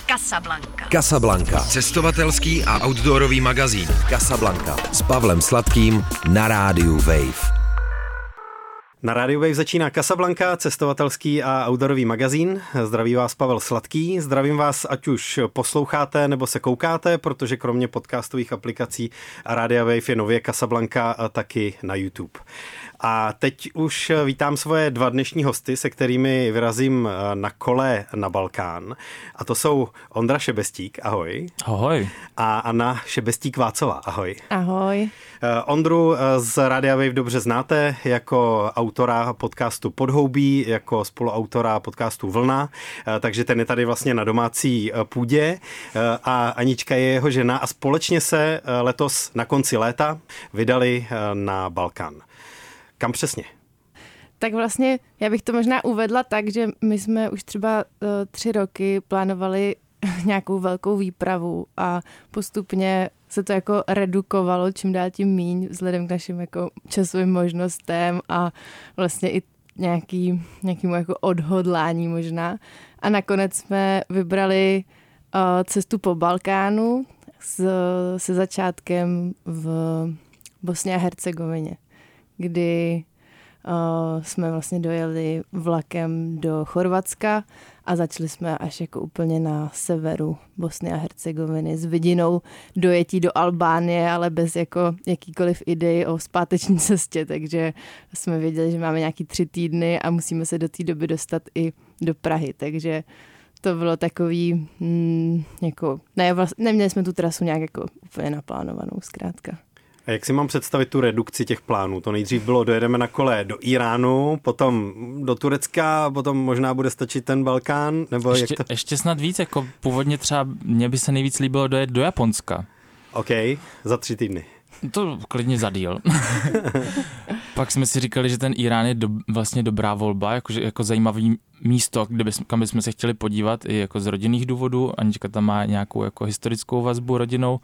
Casablanca. Cestovatelský a outdoorový magazín. Casablanca. S Pavlem Sladkým na rádiu Wave. Na rádiu Wave začíná Casablanca, cestovatelský a outdoorový magazín. Zdraví vás Pavel Sladký. Zdravím vás, ať už posloucháte nebo se koukáte, protože kromě podcastových aplikací a rádia Wave je nově Casablanca taky na YouTube. A teď už vítám svoje dva dnešní hosty, se kterými vyrazím na kole na Balkán. A to jsou Ondra Šebestík, ahoj. Ahoj. A Anna Šebestík-Vácová, ahoj. Ahoj. Ondru z rádia Wave dobře znáte jako autora podcastu Podhoubí, jako spoluautora podcastu Vlna, takže ten je tady vlastně na domácí půdě a Anička je jeho žena a společně se letos na konci léta vydali na Balkán. Kam přesně? Tak vlastně já bych to možná uvedla tak, že my jsme už třeba 3 roky plánovali nějakou velkou výpravu a postupně se to jako redukovalo čím dál tím míň vzhledem k našim jako časovým možnostem a vlastně i nějakému jako odhodlání možná. A nakonec jsme vybrali cestu po Balkánu se začátkem v Bosně a Hercegovině, kdy jsme vlastně dojeli vlakem do Chorvatska a začali jsme až jako úplně na severu Bosny a Hercegoviny s vidinou dojetí do Albánie, ale bez jako jakýkoliv idei o zpáteční cestě, takže jsme věděli, že máme nějaký 3 týdny a musíme se do té doby dostat i do Prahy, takže to bylo takový, jako, neměli jsme tu trasu nějak jako úplně naplánovanou zkrátka. A jak si mám představit tu redukci těch plánů? To nejdřív bylo, dojedeme na kole do Iránu, potom do Turecka, potom možná bude stačit ten Balkán? Nebo ještě snad víc, jako původně třeba mně by se nejvíc líbilo dojet do Japonska. OK, za 3 týdny. To klidně za díl. Pak jsme si říkali, že ten Irán je vlastně dobrá volba, jako zajímavý místo, kam bychom se chtěli podívat i jako z rodinných důvodů. Anička tam má nějakou jako historickou vazbu rodinou.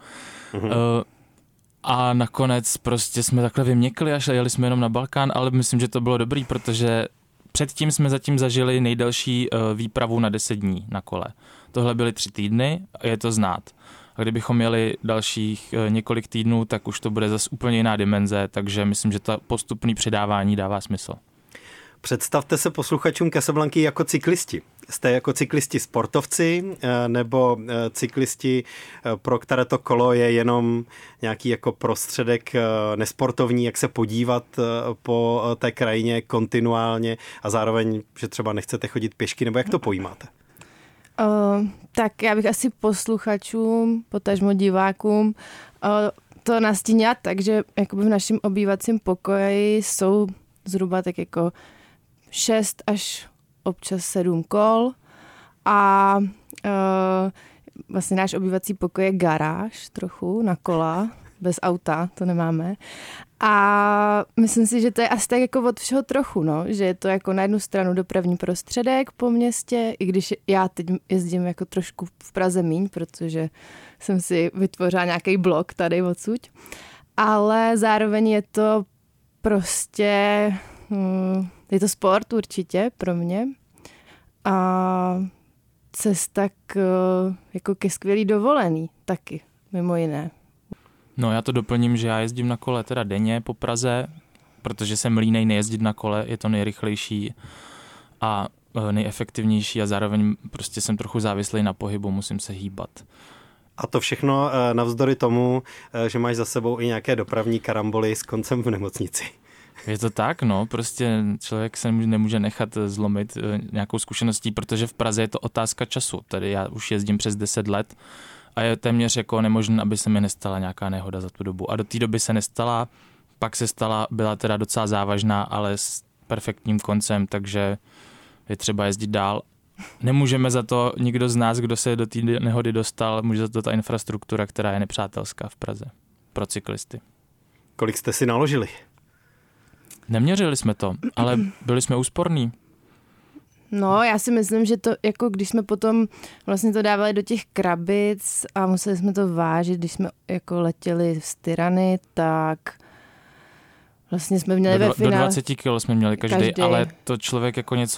A nakonec prostě jsme takhle vyměkli a jeli jsme jenom na Balkán, ale myslím, že to bylo dobrý, protože předtím jsme zatím zažili nejdelší výpravu na 10 dní na kole. Tohle byly 3 týdny a je to znát. A kdybychom měli dalších několik týdnů, tak už to bude zase úplně jiná dimenze, takže myslím, že to postupné přidávání dává smysl. Představte se posluchačům Casablanky jako cyklisti. Jste jako cyklisti sportovci nebo cyklisti, pro které to kolo je jenom nějaký jako prostředek nesportovní, jak se podívat po té krajině kontinuálně a zároveň, že třeba nechcete chodit pěšky, nebo jak to pojímáte? Tak já bych asi posluchačům, potažmo divákům to nastínila tak, že jakoby v našem obývacím pokoji jsou zhruba tak jako 6 až občas 7 kol a vlastně náš obývací pokoj je garáž trochu na kola, bez auta, to nemáme. A myslím si, že to je asi tak jako od všeho trochu, no, že je to jako na jednu stranu dopravní prostředek po městě, i když já teď jezdím jako trošku v Praze míň, protože jsem si vytvořila nějaký blok tady odsud, ale zároveň je to prostě, je to sport určitě pro mě a cesta jako ke skvělý dovolený taky, mimo jiné. No já to doplním, že já jezdím na kole teda denně po Praze, protože jsem línej nejezdit na kole, je to nejrychlejší a nejefektivnější a zároveň prostě jsem trochu závislý na pohybu, musím se hýbat. A to všechno navzdory tomu, že máš za sebou i nějaké dopravní karamboly s koncem v nemocnici. Je to tak, no, prostě člověk se nemůže nechat zlomit nějakou zkušeností, protože v Praze je to otázka času. Tady já už jezdím přes 10 let a je téměř jako nemožné, aby se mi nestala nějaká nehoda za tu dobu. A do té doby se nestala, pak se stala, byla teda docela závažná, ale s perfektním koncem, takže je třeba jezdit dál. Nemůžeme za to nikdo z nás, kdo se do té nehody dostal, může za to ta infrastruktura, která je nepřátelská v Praze pro cyklisty. Kolik jste si naložili? Neměřili jsme to, ale byli jsme úsporní. No, já si myslím, že to, jako když jsme potom vlastně to dávali do těch krabic a museli jsme to vážit, když jsme jako letěli z Tyrany, tak vlastně jsme měli ve finále... Do 20 kg jsme měli každý, ale to člověk jako něco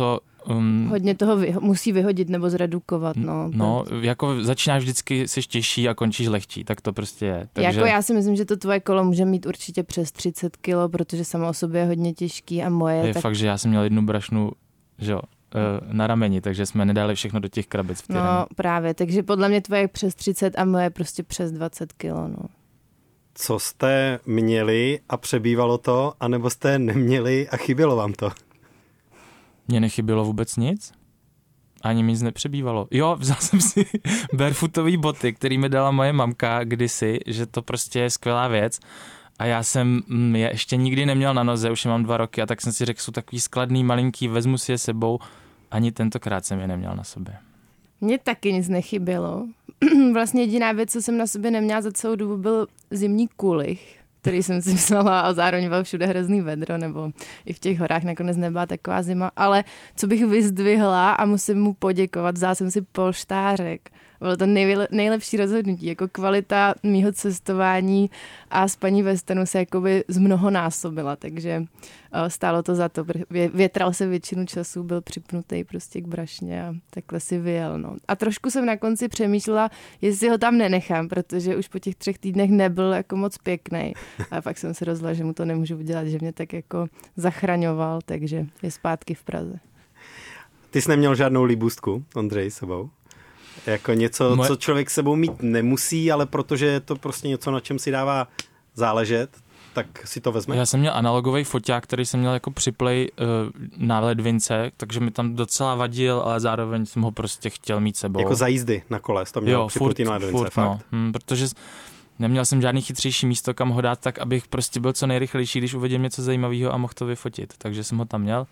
Hodně toho musí vyhodit nebo zredukovat. No, jako začínáš vždycky jsi těžší a končíš lehčí, tak to prostě je. Takže... Jako já si myslím, že to tvoje kolo může mít určitě přes 30 kilo, protože samo o sobě je hodně těžký a moje je tak... fakt, že já jsem měl jednu brašnu, že jo, na rameni, takže jsme nedali všechno do těch krabic v terénu. No právě, takže podle mě tvoje je přes 30 a moje prostě přes 20 kilo, no. Co jste měli a přebývalo to, anebo jste neměli a chybělo vám to? Mně nechybělo vůbec nic. Ani mi nic nepřebývalo. Jo, vzal jsem si barefootový boty, který mi dala moje mamka kdysi, že to prostě je skvělá věc. A já jsem je ještě nikdy neměl na noze, už je mám 2 roky a tak jsem si řekl, jsou takový skladný, malinký, vezmu si je sebou. Ani tentokrát jsem je neměl na sobě. Mně taky nic nechybělo. Vlastně jediná věc, co jsem na sobě neměla za celou dobu, byl zimní kulich, který jsem si vzala a zároveň byl všude hrozný vedro, nebo i v těch horách nakonec nebyla taková zima. Ale co bych vyzdvihla a musím mu poděkovat, vzala jsem si polštářek. Bylo to nejlepší rozhodnutí, jako kvalita mýho cestování a spaní ve stanu se jakoby zmnohonásobila, takže stálo to za to. Větral se většinu času, byl připnutý prostě k brašně a takhle si vyjel. No. A trošku jsem na konci přemýšlela, jestli ho tam nenechám, protože už po těch 3 týdnech nebyl jako moc pěkný. A pak jsem se rozhodla, že mu to nemůžu udělat, že mě tak jako zachraňoval, takže je zpátky v Praze. Ty jsi neměl žádnou líbůstku, Ondřej, sebou? Jako něco, co člověk sebou mít nemusí, ale protože je to prostě něco, na čem si dává záležet, tak si to vezme. Já jsem měl analogový foťák, který jsem měl jako připlej na ledvince, takže mi tam docela vadil, ale zároveň jsem ho prostě chtěl mít sebou. Jako za jízdy na kole, to měl připnutý na ledvince, fakt. No, protože neměl jsem žádný chytřejší místo, kam ho dát, tak abych prostě byl co nejrychlejší, když uvidím něco zajímavého a mohl to vyfotit. Takže jsem ho tam měl.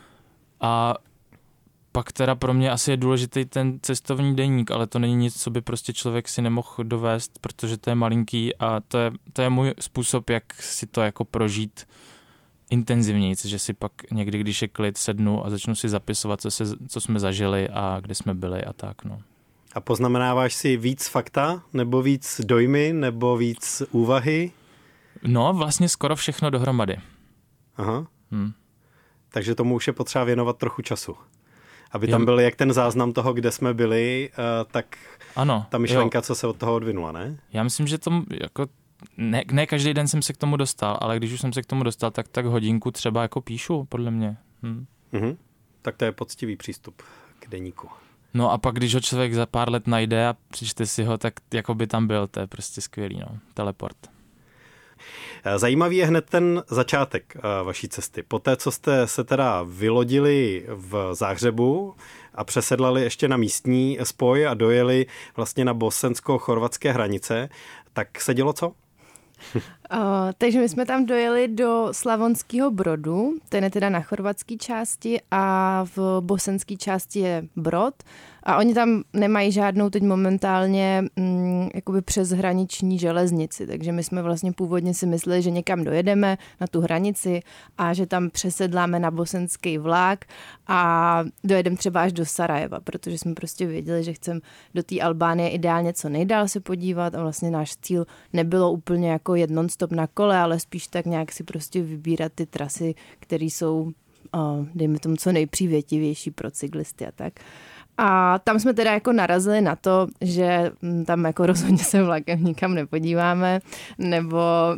A pak teda pro mě asi je důležitý ten cestovní deník, ale to není nic, co by prostě člověk si nemohl dovést, protože to je malinký a to je můj způsob, jak si to jako prožít intenzivnějc, že si pak někdy, když je klid, sednu a začnu si zapisovat, co jsme zažili a kde jsme byli a tak, no. A poznamenáváš si víc fakta, nebo víc dojmy, nebo víc úvahy? No, vlastně skoro všechno dohromady. Aha. Takže tomu už je potřeba věnovat trochu času. Aby tam byl jak ten záznam toho, kde jsme byli, tak ano, ta myšlenka, co se od toho odvinula, ne? Já myslím, že to jako ne každý den jsem se k tomu dostal, ale když už jsem se k tomu dostal, tak hodinku třeba jako píšu, podle mě. Tak to je poctivý přístup k deníku. No a pak, když ho člověk za pár let najde a přečte si ho, tak jako by tam byl, to je prostě skvělý, no. Teleport. Zajímavý je hned ten začátek vaší cesty. Poté, co jste se teda vylodili v Záhřebu a přesedlali ještě na místní spoj a dojeli vlastně na bosensko-chorvatské hranice, tak se dělo co? Takže my jsme tam dojeli do Slavonského Brodu, ten je teda na chorvatské části a v bosenské části je Brod a oni tam nemají žádnou teď momentálně jakoby přeshraniční železnici, takže my jsme vlastně původně si mysleli, že někam dojedeme na tu hranici a že tam přesedláme na bosenský vlak a dojedeme třeba až do Sarajeva, protože jsme prostě věděli, že chceme do té Albánie ideálně co nejdál se podívat a vlastně náš cíl nebylo úplně jako jet non-stop na kole, ale spíš tak nějak si prostě vybírat ty trasy, které jsou, dejme tomu, co nejpřívětivější pro cyklisty a tak. A tam jsme teda jako narazili na to, že tam jako rozhodně se vlakem nikam nepodíváme, nebo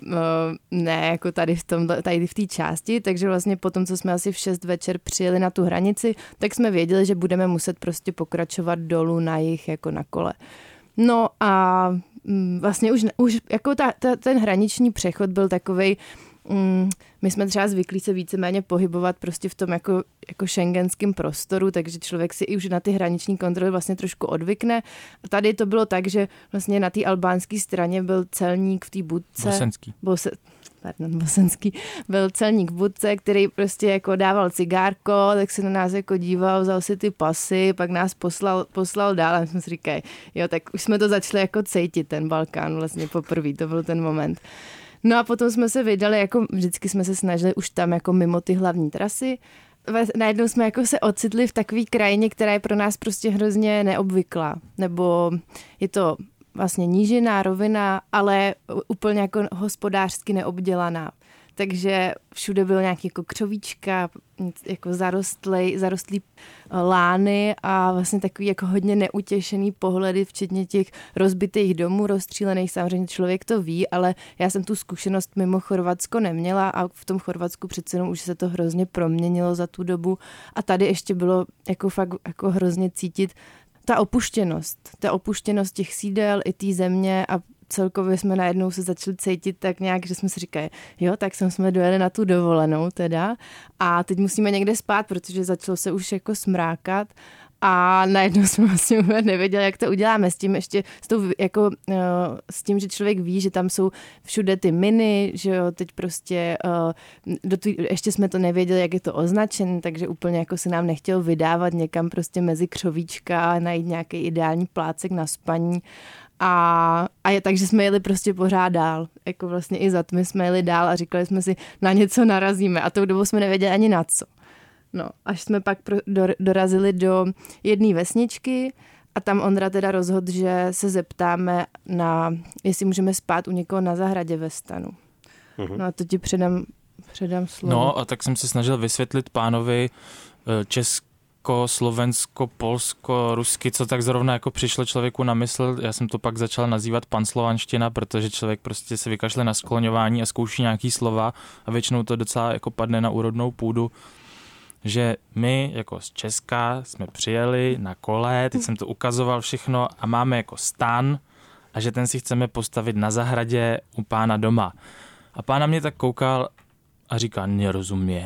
ne jako tady v té části, takže vlastně potom, co jsme asi v 6 večer přijeli na tu hranici, tak jsme věděli, že budeme muset prostě pokračovat dolů na jih jako na kole. No a vlastně už jako ten hraniční přechod byl takovej, my jsme třeba zvyklí se víceméně pohybovat prostě v tom jako schengenském prostoru, takže člověk si i už na ty hraniční kontroly vlastně trošku odvykne. A tady to bylo tak, že vlastně na té albánské straně byl celník v té budce. Bosenský. Byl celník v budce, který prostě jako dával cigárko, tak se na nás jako díval, vzal si ty pasy, pak nás poslal dál a my jsme si říkali, jo, tak už jsme to začali jako cítit, ten Balkán vlastně poprvé, to byl ten moment. No a potom jsme se vydali, jako vždycky jsme se snažili už tam jako mimo ty hlavní trasy. Najednou jsme jako se ocitli v takové krajině, která je pro nás prostě hrozně neobvyklá, nebo je to vlastně nížina, rovina, ale úplně jako hospodářsky neobdělaná. takže všude bylo nějaký jako křovíčka, jako zarostlý lány a vlastně takový jako hodně neutěšený pohledy, včetně těch rozbitých domů, rozstřílených, samozřejmě člověk to ví, ale já jsem tu zkušenost mimo Chorvatsko neměla a v tom Chorvatsku přece jenom už se to hrozně proměnilo za tu dobu a tady ještě bylo jako fakt jako hrozně cítit ta opuštěnost těch sídel i té země a celkově jsme najednou se začali cítit tak nějak, že jsme si říkali, jo, tak jsme dojeli na tu dovolenou teda a teď musíme někde spát, protože začalo se už jako smrákat a najednou jsme vlastně vůbec nevěděli, jak to uděláme s tím ještě, s tím, že člověk ví, že tam jsou všude ty miny, že jo, teď prostě ještě jsme to nevěděli, jak je to označené, takže úplně jako se nám nechtělo vydávat někam prostě mezi křovíčka a najít nějaký ideální plácek na spaní. Takže jsme jeli prostě pořád dál. Jako vlastně i za tmy jsme jeli dál a říkali jsme si, na něco narazíme. A tou dobou jsme nevěděli ani na co. No, až jsme pak dorazili do jedné vesničky a tam Ondra teda rozhodl, že se zeptáme jestli můžeme spát u někoho na zahradě ve stanu. Uh-huh. No a to ti předám slovo. No a tak jsem se snažil vysvětlit pánovi Slovensko, Polsko, rusky, co tak zrovna jako přišlo člověku na mysl. Já jsem to pak začal nazývat panslovanština, protože člověk prostě se vykašle na skloňování a zkouší nějaký slova a většinou to docela jako padne na úrodnou půdu. Že my jako z Česka jsme přijeli na kole, teď jsem to ukazoval všechno a máme jako stan a že ten si chceme postavit na zahradě u pána doma. A pán na mě tak koukal a říká, nerozumí.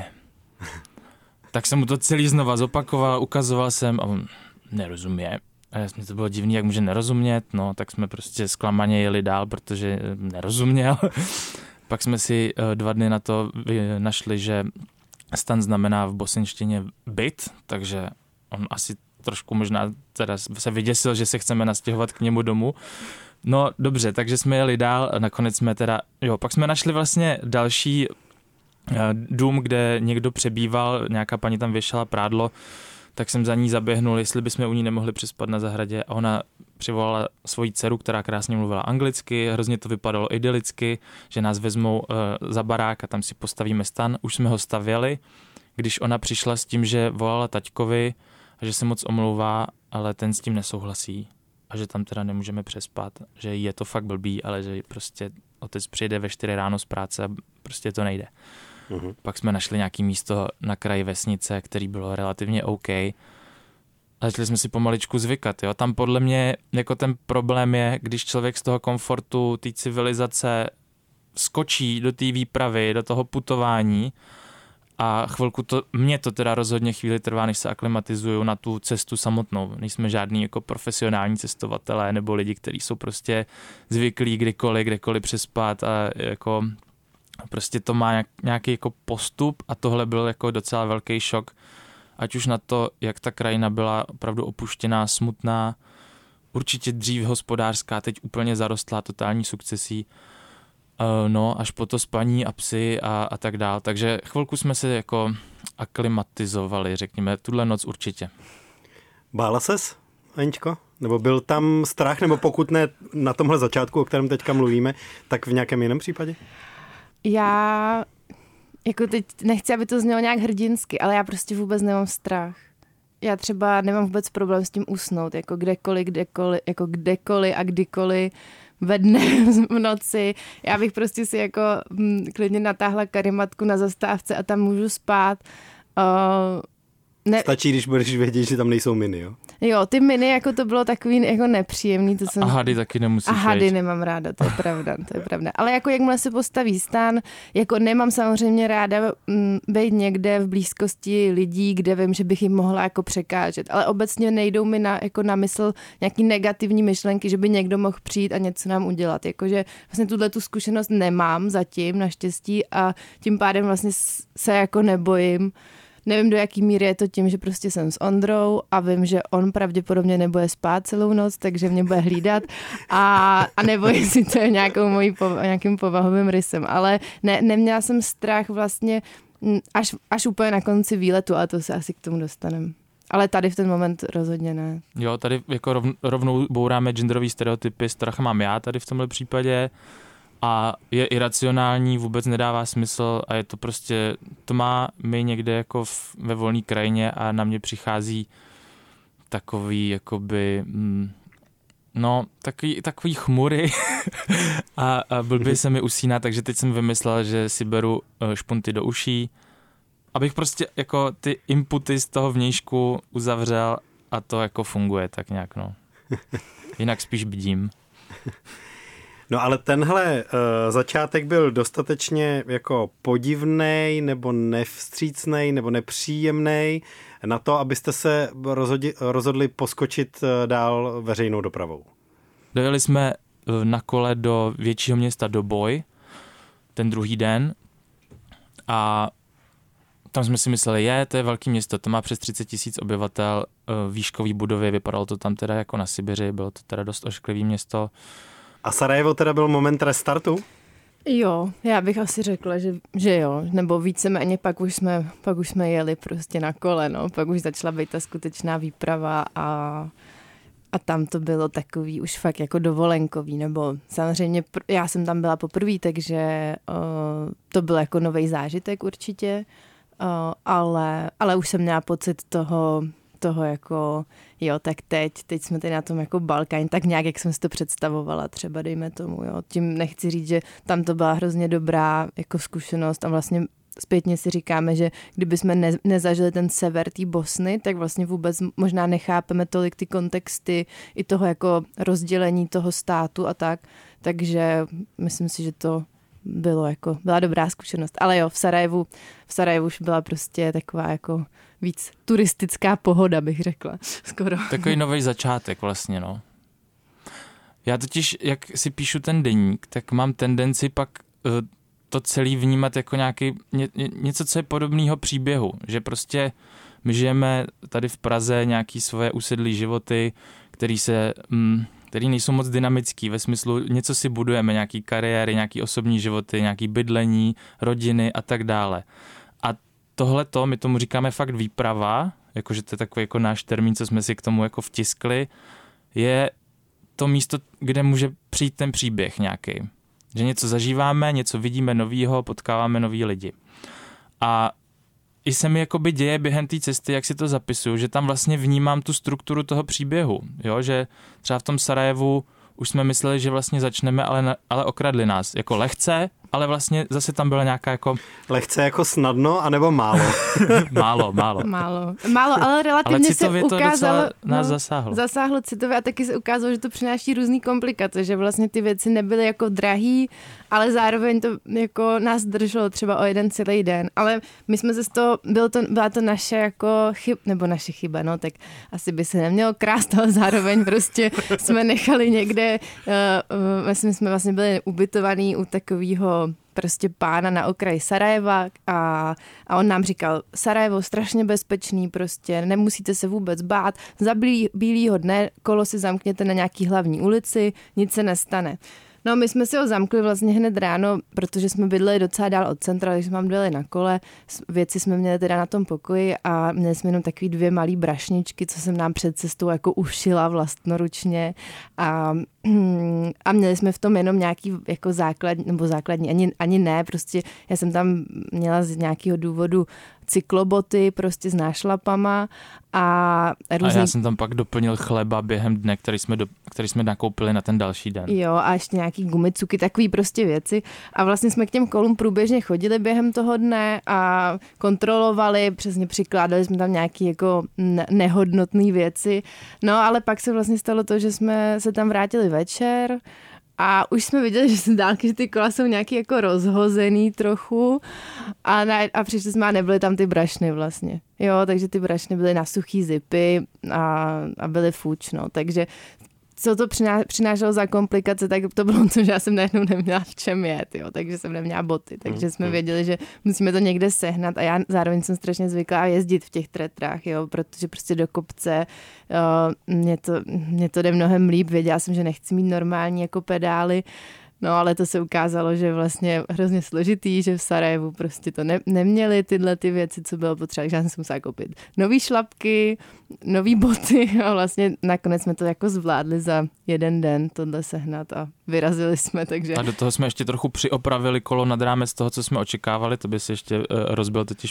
Tak jsem mu to celý znova zopakoval, ukazoval jsem a on nerozumí. A mě to bylo divný, jak může nerozumět, no tak jsme prostě zklamaně jeli dál, protože nerozuměl. Pak jsme si 2 dny na to našli, že stan znamená v bosenštině byt, takže on asi trošku možná teda se vyděsil, že se chceme nastěhovat k němu domů. No dobře, takže jsme jeli dál a nakonec jsme teda, pak jsme našli vlastně další dům, kde někdo přebýval, nějaká paní tam věšela prádlo, tak jsem za ní zaběhnul, jestli bychom u ní nemohli přespat na zahradě a ona přivolala svoji dceru, která krásně mluvila anglicky, hrozně to vypadalo idylicky, že nás vezmou za barák a tam si postavíme stan. Už jsme ho stavěli, když ona přišla s tím, že volala taťkovi a že se moc omlouvá, ale ten s tím nesouhlasí a že tam teda nemůžeme přespat, že je to fakt blbý, ale že prostě otec přijde ve 4 ráno z práce a prostě to nejde. Uhum. Pak jsme našli nějaké místo na kraji vesnice, který bylo relativně OK. A začali jsme si pomaličku zvykat. Jo? Tam podle mě jako ten problém je, když člověk z toho komfortu, té civilizace skočí do té výpravy, do toho putování a mě to teda rozhodně chvíli trvá, než se aklimatizuju na tu cestu samotnou. Nejsme žádný jako profesionální cestovatelé nebo lidi, kteří jsou prostě zvyklí kdekoliv přespat a jako prostě to má nějaký jako postup a tohle byl jako docela velký šok. Ať už na to, jak ta krajina byla opravdu opuštěná, smutná, určitě dřív hospodářská, teď úplně zarostlá totální sukcesí, až po to spaní a psy a tak dál. Takže chvilku jsme se jako aklimatizovali, řekněme, tuhle noc určitě. Bála ses, Aničko? Nebo byl tam strach, nebo pokud ne na tomhle začátku, o kterém teďka mluvíme, tak v nějakém jiném případě? Já jako teď nechci, aby to znělo nějak hrdinsky, ale já prostě vůbec nemám strach. Já třeba nemám vůbec problém s tím usnout, jako kdekoliv a kdykoliv ve dne, v noci. Já bych prostě si jako klidně natáhla karimatku na zastávce a tam můžu spát. Stačí, když budeš vědět, že tam nejsou miny, jo? Jo, ty miny, jako to bylo takový jako nepříjemný. A hady taky nemusíš. A hady nemám ráda, to je pravda. Ale jako jakmile se postaví stan, jako nemám samozřejmě ráda být někde v blízkosti lidí, kde vím, že bych jim mohla jako překážet. Ale obecně nejdou mi na mysl nějaký negativní myšlenky, že by někdo mohl přijít a něco nám udělat. Jakože vlastně tu zkušenost nemám zatím, naštěstí, a tím pádem vlastně se jako nebojím. Nevím, do jaký míry je to tím, že prostě jsem s Ondrou a vím, že on pravděpodobně nebude spát celou noc, takže mě bude hlídat a nebojím si to nějakým povahovým rysem. Ale neměla jsem strach vlastně až úplně na konci výletu, ale to se asi k tomu dostaneme. Ale tady v ten moment rozhodně ne. Jo, tady jako rovnou bouráme genderový stereotypy, strach mám já tady v tomhle případě. a je iracionální, vůbec nedává smysl a je to prostě, to má mi někde jako ve volné krajině a na mě přichází takový jakoby, takový chmury a blbě se mi usíná, takže teď jsem vymyslel, že si beru špunty do uší, abych prostě jako ty inputy z toho vnějšku uzavřel a to jako funguje tak nějak, no. Jinak spíš bdím. No ale tenhle začátek byl dostatečně jako podivnej nebo nevstřícnej nebo nepříjemnej na to, abyste se rozhodli poskočit dál veřejnou dopravou. Dojeli jsme na kole do většího města do Boj ten druhý den a tam jsme si mysleli, to je velký město, to má přes 30 000 obyvatel, výškový budovy, vypadalo to tam teda jako na Sibiři, bylo to teda dost ošklivý město. A Sarajevo teda byl moment restartu? Jo, já bych asi řekla, že jo, nebo víceméně pak už jsme jeli prostě na kole, no, pak už začala být ta skutečná výprava a tam to bylo takový už fakt jako dovolenkový, nebo samozřejmě já jsem tam byla poprvé, takže to byl jako nový zážitek určitě, ale už jsem měla pocit toho jako, jo, tak teď jsme tady na tom jako Balkán, tak nějak, jak jsem si to představovala, třeba dejme tomu, jo. Tím nechci říct, že tam to byla hrozně dobrá jako zkušenost a vlastně zpětně si říkáme, že kdyby jsme nezažili ten sever té Bosny, tak vlastně vůbec možná nechápeme tolik ty kontexty i toho jako rozdělení toho státu a tak, takže myslím si, že to byla dobrá zkušenost. Ale jo, v Sarajevu už byla prostě taková jako víc turistická pohoda, bych řekla. Skoro. Takový nový začátek vlastně, no. Já totiž, jak si píšu ten deník, tak mám tendenci pak to celý vnímat jako něco, co je podobného příběhu. Že prostě my žijeme tady v Praze nějaký svoje usedlý životy, který nejsou moc dynamický, ve smyslu něco si budujeme, nějaký kariéry, nějaký osobní životy, nějaký bydlení, rodiny a tak dále. A tohleto, my tomu říkáme fakt výprava, jakože to je takový jako náš termín, co jsme si k tomu jako vtiskli, je to místo, kde může přijít ten příběh nějaký. Že něco zažíváme, něco vidíme novýho, potkáváme nový lidi. A i se mi jakoby děje během té cesty, jak si to zapisuju, že tam vlastně vnímám tu strukturu toho příběhu. Jo? Že třeba v tom Sarajevu už jsme mysleli, že vlastně začneme, ale okradli nás. Jako lehce, ale vlastně zase tam byla nějaká jako... Lehce jako snadno, anebo málo? Málo, ale relativně se ukázalo... nás zasáhlo. Zasáhlo citově a taky se ukázalo, že to přináší různý komplikace, že vlastně ty věci nebyly jako drahý, ale zároveň to jako nás drželo třeba o jeden celý den. Ale my jsme se z toho, byla to naše jako naše chyba, no tak asi by se nemělo krást, ale zároveň prostě jsme nechali někde, my jsme vlastně byli ubytovaní u takového prostě pána na okraji Sarajeva a on nám říkal, Sarajevo strašně bezpečný, prostě nemusíte se vůbec bát, za bílýho dne kolo si zamkněte na nějaký hlavní ulici, nic se nestane. No my jsme si ho zamkli vlastně hned ráno, protože jsme bydleli docela dál od centra, takže jsme tam byli na kole, věci jsme měli teda na tom pokoji a měli jsme jenom takový 2 malý brašničky, co jsem nám před cestou jako ušila vlastnoručně a měli jsme v tom jenom nějaký jako základní, ani ne, prostě já jsem tam měla z nějakého důvodu cykloboty prostě s nášlapama a já jsem tam pak doplnil chleba během dne, který jsme nakoupili na ten další den. Jo, a ještě nějaký gumicuky, takový prostě věci. A vlastně jsme k těm kolům průběžně chodili během toho dne a kontrolovali, přesně přikládali jsme tam nějaký jako nehodnotné věci. No, ale pak se vlastně stalo to, že jsme se tam vrátili večer a už jsme viděli, že z dálky, že ty kola jsou nějaký jako rozhozený trochu a přišli jsme a nebyly tam ty brašny vlastně. Jo, takže ty brašny byly na suchý zipy a byly fuč, no. Takže co to přinášelo za komplikace, tak to bylo to, že já jsem najednou neměla v čem jet, jo, takže jsem neměla boty, takže jsme věděli, že musíme to někde sehnat a já zároveň jsem strašně zvyklá jezdit v těch tretrách, jo, protože prostě do kopce mě to jde mnohem líp, věděla jsem, že nechci mít normální jako pedály. No ale to se ukázalo, že vlastně hrozně složitý, že v Sarajevu prostě to neměli tyhle ty věci, co bylo potřeba, takže já jsem musela koupit nový šlapky, nový boty a vlastně nakonec jsme to jako zvládli za jeden den tohle sehnat a vyrazili jsme, takže... A do toho jsme ještě trochu přiopravili kolo nad rámec toho, co jsme očekávali, to by se ještě rozbil totiž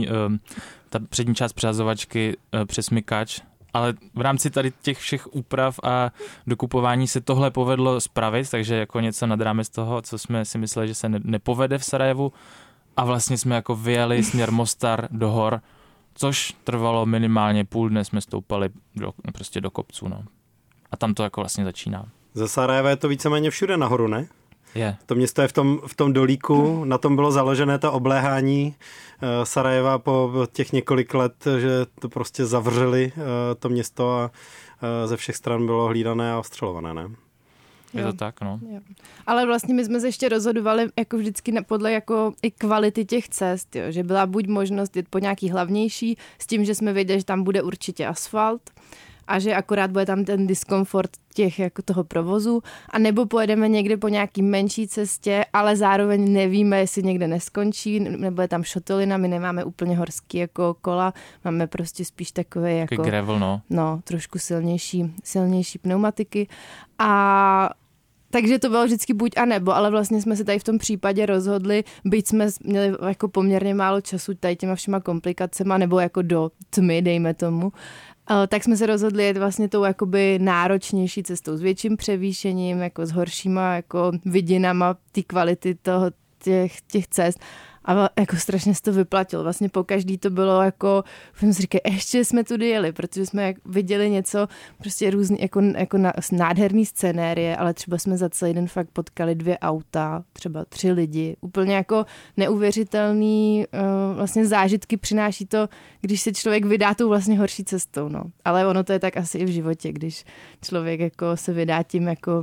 ta přední část přehazovačky přesmykač, ale v rámci tady těch všech úprav a dokupování se tohle povedlo spravit, takže jako něco nad rámec toho, co jsme si mysleli, že se nepovede v Sarajevu a vlastně jsme jako vyjeli směr Mostar do hor, což trvalo minimálně půl dne, jsme stoupali prostě do kopců, no. A tam to jako vlastně začíná. Ze Sarajeva je to víceméně všude nahoru, ne? Je. To město je v tom dolíku, na tom bylo založené to obléhání Sarajeva po těch několik let, že to prostě zavřeli to město a ze všech stran bylo hlídané a ostřelované, ne? Je to tak, no. Jo. Ale vlastně my jsme se ještě rozhodovali jako vždycky podle jako i kvality těch cest, jo, že byla buď možnost jít po nějaký hlavnější, s tím, že jsme věděli, že tam bude určitě asfalt, a že akorát bude tam ten diskomfort těch jako toho provozu, a nebo pojedeme někde po nějaký menší cestě, ale zároveň nevíme, jestli někde neskončí, nebo je tam šotolina, my nemáme úplně horský jako kola, máme prostě spíš takové jako gravel, no, trošku silnější pneumatiky. A takže to bylo vždycky buď a nebo, ale vlastně jsme se tady v tom případě rozhodli, byť jsme měli jako poměrně málo času tady těma všema komplikacema, nebo jako do tmy, dejme tomu, tak jsme se rozhodli jet vlastně tou jakoby náročnější cestou s větším převýšením, jako s horšíma jako vidinama té kvality těch cest. A jako strašně se to vyplatilo. Vlastně po každý to bylo jako, jsem si říkal, ještě jsme tudy jeli, protože jsme viděli něco prostě různý, jako nádherný scenérie, ale třeba jsme za celý den fakt potkali 2 auta, třeba 3 lidi. Úplně jako neuvěřitelný vlastně zážitky přináší to, když se člověk vydá tou vlastně horší cestou. No. Ale ono to je tak asi i v životě, když člověk jako se vydá tím jako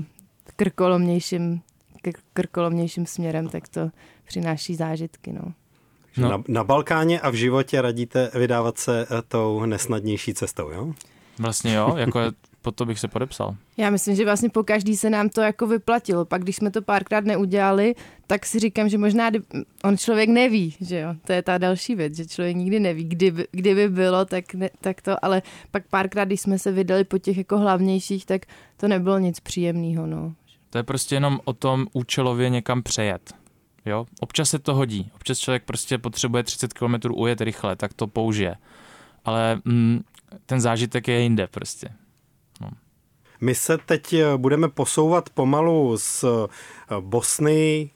krkolomnějším směrem, tak to přináší zážitky, no. Na Balkáně a v životě radíte vydávat se tou nesnadnější cestou, jo? Vlastně jo, jako po to bych se podepsal. Já myslím, že vlastně po každý se nám to jako vyplatilo. Pak když jsme to párkrát neudělali, tak si říkám, že možná on člověk neví, že jo. To je ta další věc, že člověk nikdy neví, kdyby bylo, tak to, ale pak párkrát, když jsme se vydali po těch jako hlavnějších, tak to nebylo nic příjemného, no. To je prostě jenom o tom účelově někam přejet. Jo? Občas se to hodí. Občas člověk prostě potřebuje 30 km ujet rychle, tak to použije. Ale ten zážitek je jinde prostě. No. My se teď budeme posouvat pomalu z Bosny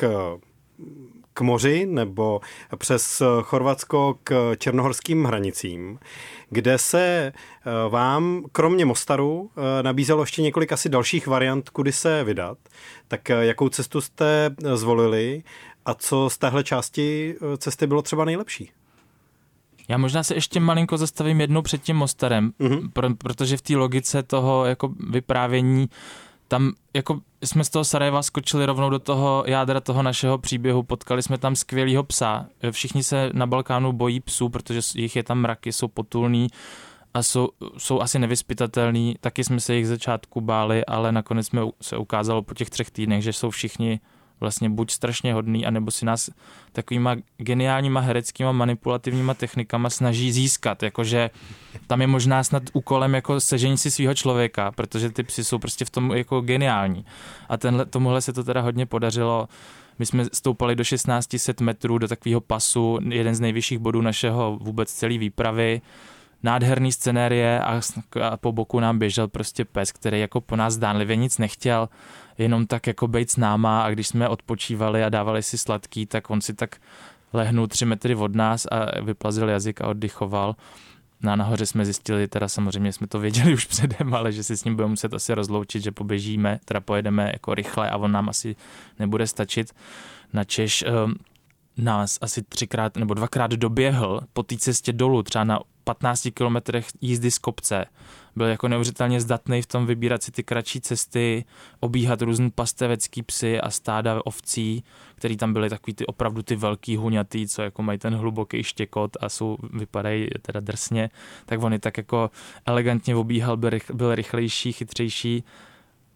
k moři nebo přes Chorvatsko k černohorským hranicím, kde se vám kromě Mostaru nabízelo ještě několik asi dalších variant, kudy se vydat. Tak jakou cestu jste zvolili a co z téhle části cesty bylo třeba nejlepší? Já možná se ještě malinko zastavím jednou před tím Mostarem, protože v té logice toho jako vyprávění tam jako jsme z toho Sarajeva skočili rovnou do toho jádra toho našeho příběhu, potkali jsme tam skvělýho psa. Všichni se na Balkánu bojí psů, protože jich je tam mraky, jsou potulní a jsou asi nevyzpytatelní. Taky jsme se jich začátku báli, ale nakonec se ukázalo po těch 3 týdnech, že jsou všichni vlastně buď strašně hodný, anebo si nás takovýma geniálníma hereckýma manipulativníma technikama snaží získat, jakože tam je možná snad úkolem jako sežení si svýho člověka, protože ty psi jsou prostě v tom jako geniální. A tomuhle se to teda hodně podařilo. My jsme stoupali do 1600 metrů do takového pasu, jeden z nejvyšších bodů našeho vůbec celé výpravy. Nádherný scenérie a po boku nám běžel prostě pes, který jako po nás zdánlivě nic nechtěl, jenom tak jako bejt s náma, a když jsme odpočívali a dávali si sladký, tak on si tak lehnul 3 metry od nás a vyplazil jazyk a oddychoval. No a nahoře jsme zjistili, teda samozřejmě jsme to věděli už předem, ale že si s ním budeme muset asi rozloučit, že poběžíme, teda pojedeme jako rychle a on nám asi nebude stačit. Načež nás asi 3krát nebo 2krát doběhl po té cestě dolů, třeba na 15 kilometrech jízdy z kopce. Byl jako neuvěřitelně zdatný v tom vybírat si ty kratší cesty, obíhat různý pastevecký psy a stáda ovcí, který tam byly takový ty opravdu ty velký huňatý, co jako mají ten hluboký štěkot a vypadají teda drsně, tak on je tak jako elegantně obíhal, byl rychlejší, chytřejší.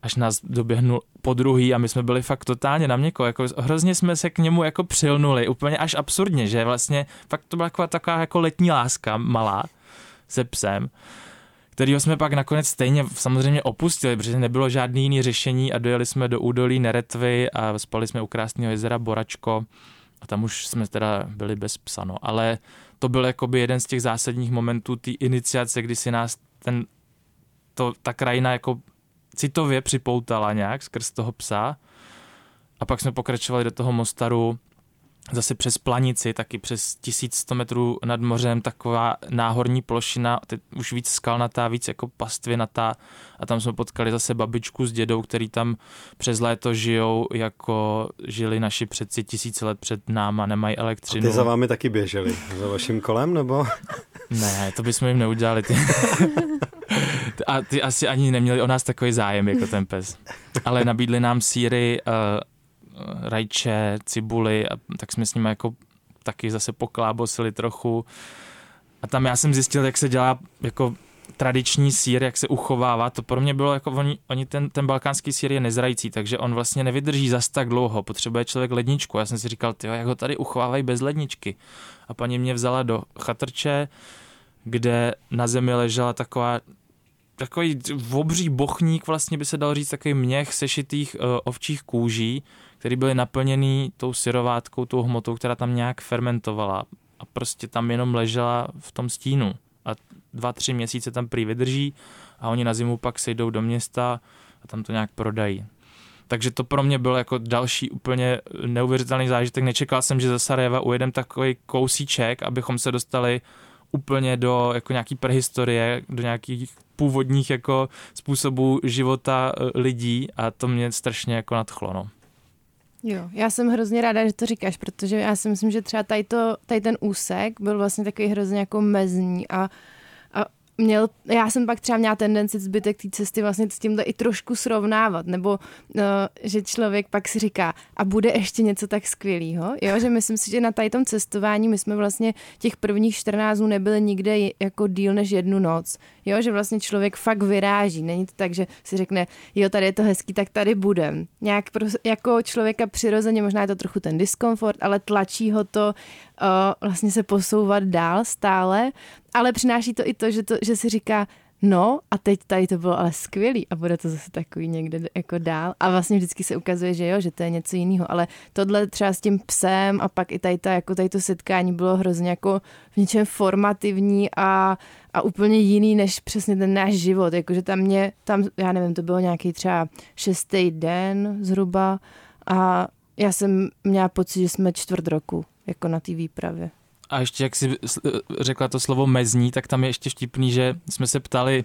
až nás doběhnul po druhý a my jsme byli fakt totálně na měko, jako hrozně jsme se k němu jako přilnuli, úplně až absurdně, že vlastně fakt to byla taková jako letní láska malá se psem, kterýho jsme pak nakonec stejně samozřejmě opustili, protože nebylo žádný jiný řešení a dojeli jsme do údolí Neretvy a spali jsme u krásného jezera Boračko a tam už jsme teda byli bez psa, no. Ale to byl jakoby jeden z těch zásadních momentů té iniciace, kdy si nás ta krajina jako citově připoutala nějak skrz toho psa a pak jsme pokračovali do toho Mostaru zase přes Planici, taky přes 1100 metrů nad mořem, taková náhorní plošina, teď už víc skalnatá, víc jako pastvinatá a tam jsme potkali zase babičku s dědou, který tam přes léto žijou, jako žili naši předci 1000 let před náma, nemají elektřinu. A ty za vámi taky běželi, za vaším kolem, nebo? Ne, to bychom jim neudělali. A ty asi ani neměli o nás takový zájem, jako ten pes. Ale nabídli nám sýry, rajče, cibuli a tak jsme s nimi jako taky zase poklábosili trochu. A tam já jsem zjistil, jak se dělá jako tradiční sýr, jak se uchovává. To pro mě bylo jako oni ten balkánský sýr je nezrající, takže on vlastně nevydrží zas tak dlouho. Potřebuje člověk ledničku. Já jsem si říkal, tyjo, jak ho tady uchovávají bez ledničky. A paní mě vzala do chatrče, kde na zemi ležela takový obří bochník, vlastně by se dalo říct, takový měch sešitých ovčích kůží, který byly naplněný tou syrovátkou, tou hmotou, která tam nějak fermentovala a prostě tam jenom ležela v tom stínu a 2-3 měsíce tam prý vydrží a oni na zimu pak sejdou do města a tam to nějak prodají. Takže to pro mě byl jako další úplně neuvěřitelný zážitek. Nečekal jsem, že ze Sarajeva ujedem takový kousíček, abychom se dostali úplně do jako nějaký prehistorie, do nějakých původních jako způsobů života lidí a to mě strašně jako nadchlo, no. Jo, já jsem hrozně ráda, že to říkáš, protože já si myslím, že třeba tady ten úsek byl vlastně takový hrozně jako mezní a já jsem pak třeba měla tendenci zbytek té cesty vlastně s tímhle i trošku srovnávat, nebo že člověk pak si říká, a bude ještě něco tak skvělýho, jo, že myslím si, že na tady tom cestování my jsme vlastně těch prvních 14 dnů nebyli nikde jako díl než jednu noc, jo, že vlastně člověk fakt vyráží, není to tak, že si řekne, jo, tady je to hezký, tak tady budem. Nějak jako člověka přirozeně, možná je to trochu ten diskomfort, ale tlačí ho to vlastně se posouvat dál stále, ale přináší to i to, že si říká, no a teď tady to bylo ale skvělý a bude to zase takový někde jako dál a vlastně vždycky se ukazuje, že jo, že to je něco jiného, ale tohle třeba s tím psem a pak i tady to setkání bylo hrozně jako v něčem formativní a úplně jiný než přesně ten náš život, jakože tam já nevím, to bylo nějaký třeba 6. den zhruba a já jsem měla pocit, že jsme 4 roku jako na té výpravě. A ještě, jak jsi řekla to slovo mezní, tak tam je ještě vtipný, že jsme se ptali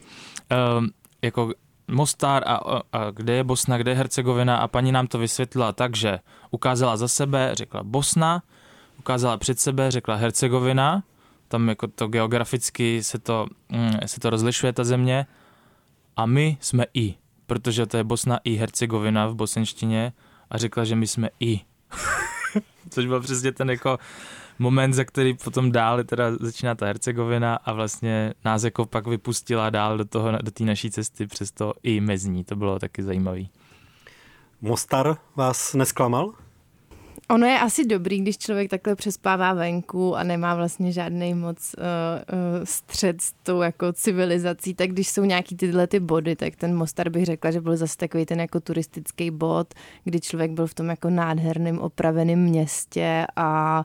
jako Mostar a kde je Bosna, kde je Hercegovina a paní nám to vysvětlila tak, že ukázala za sebe, řekla Bosna, ukázala před sebe, řekla Hercegovina, tam jako to geograficky se to rozlišuje ta země a my jsme i, protože to je Bosna i Hercegovina v bosenštině a řekla, že my jsme i. Což byl přesně ten jako moment, za který potom dál teda začíná ta Hercegovina a vlastně nás jako pak vypustila dál do té naší cesty přes to i mezní. To bylo taky zajímavý. Mostar vás nesklamal? Ono je asi dobrý, když člověk takhle přespává venku a nemá vlastně žádnej moc střed s tou jako civilizací, tak když jsou nějaký tyhle ty body, tak ten Mostar bych řekla, že byl zase takový ten jako turistický bod, kdy člověk byl v tom jako nádherném opraveném městě a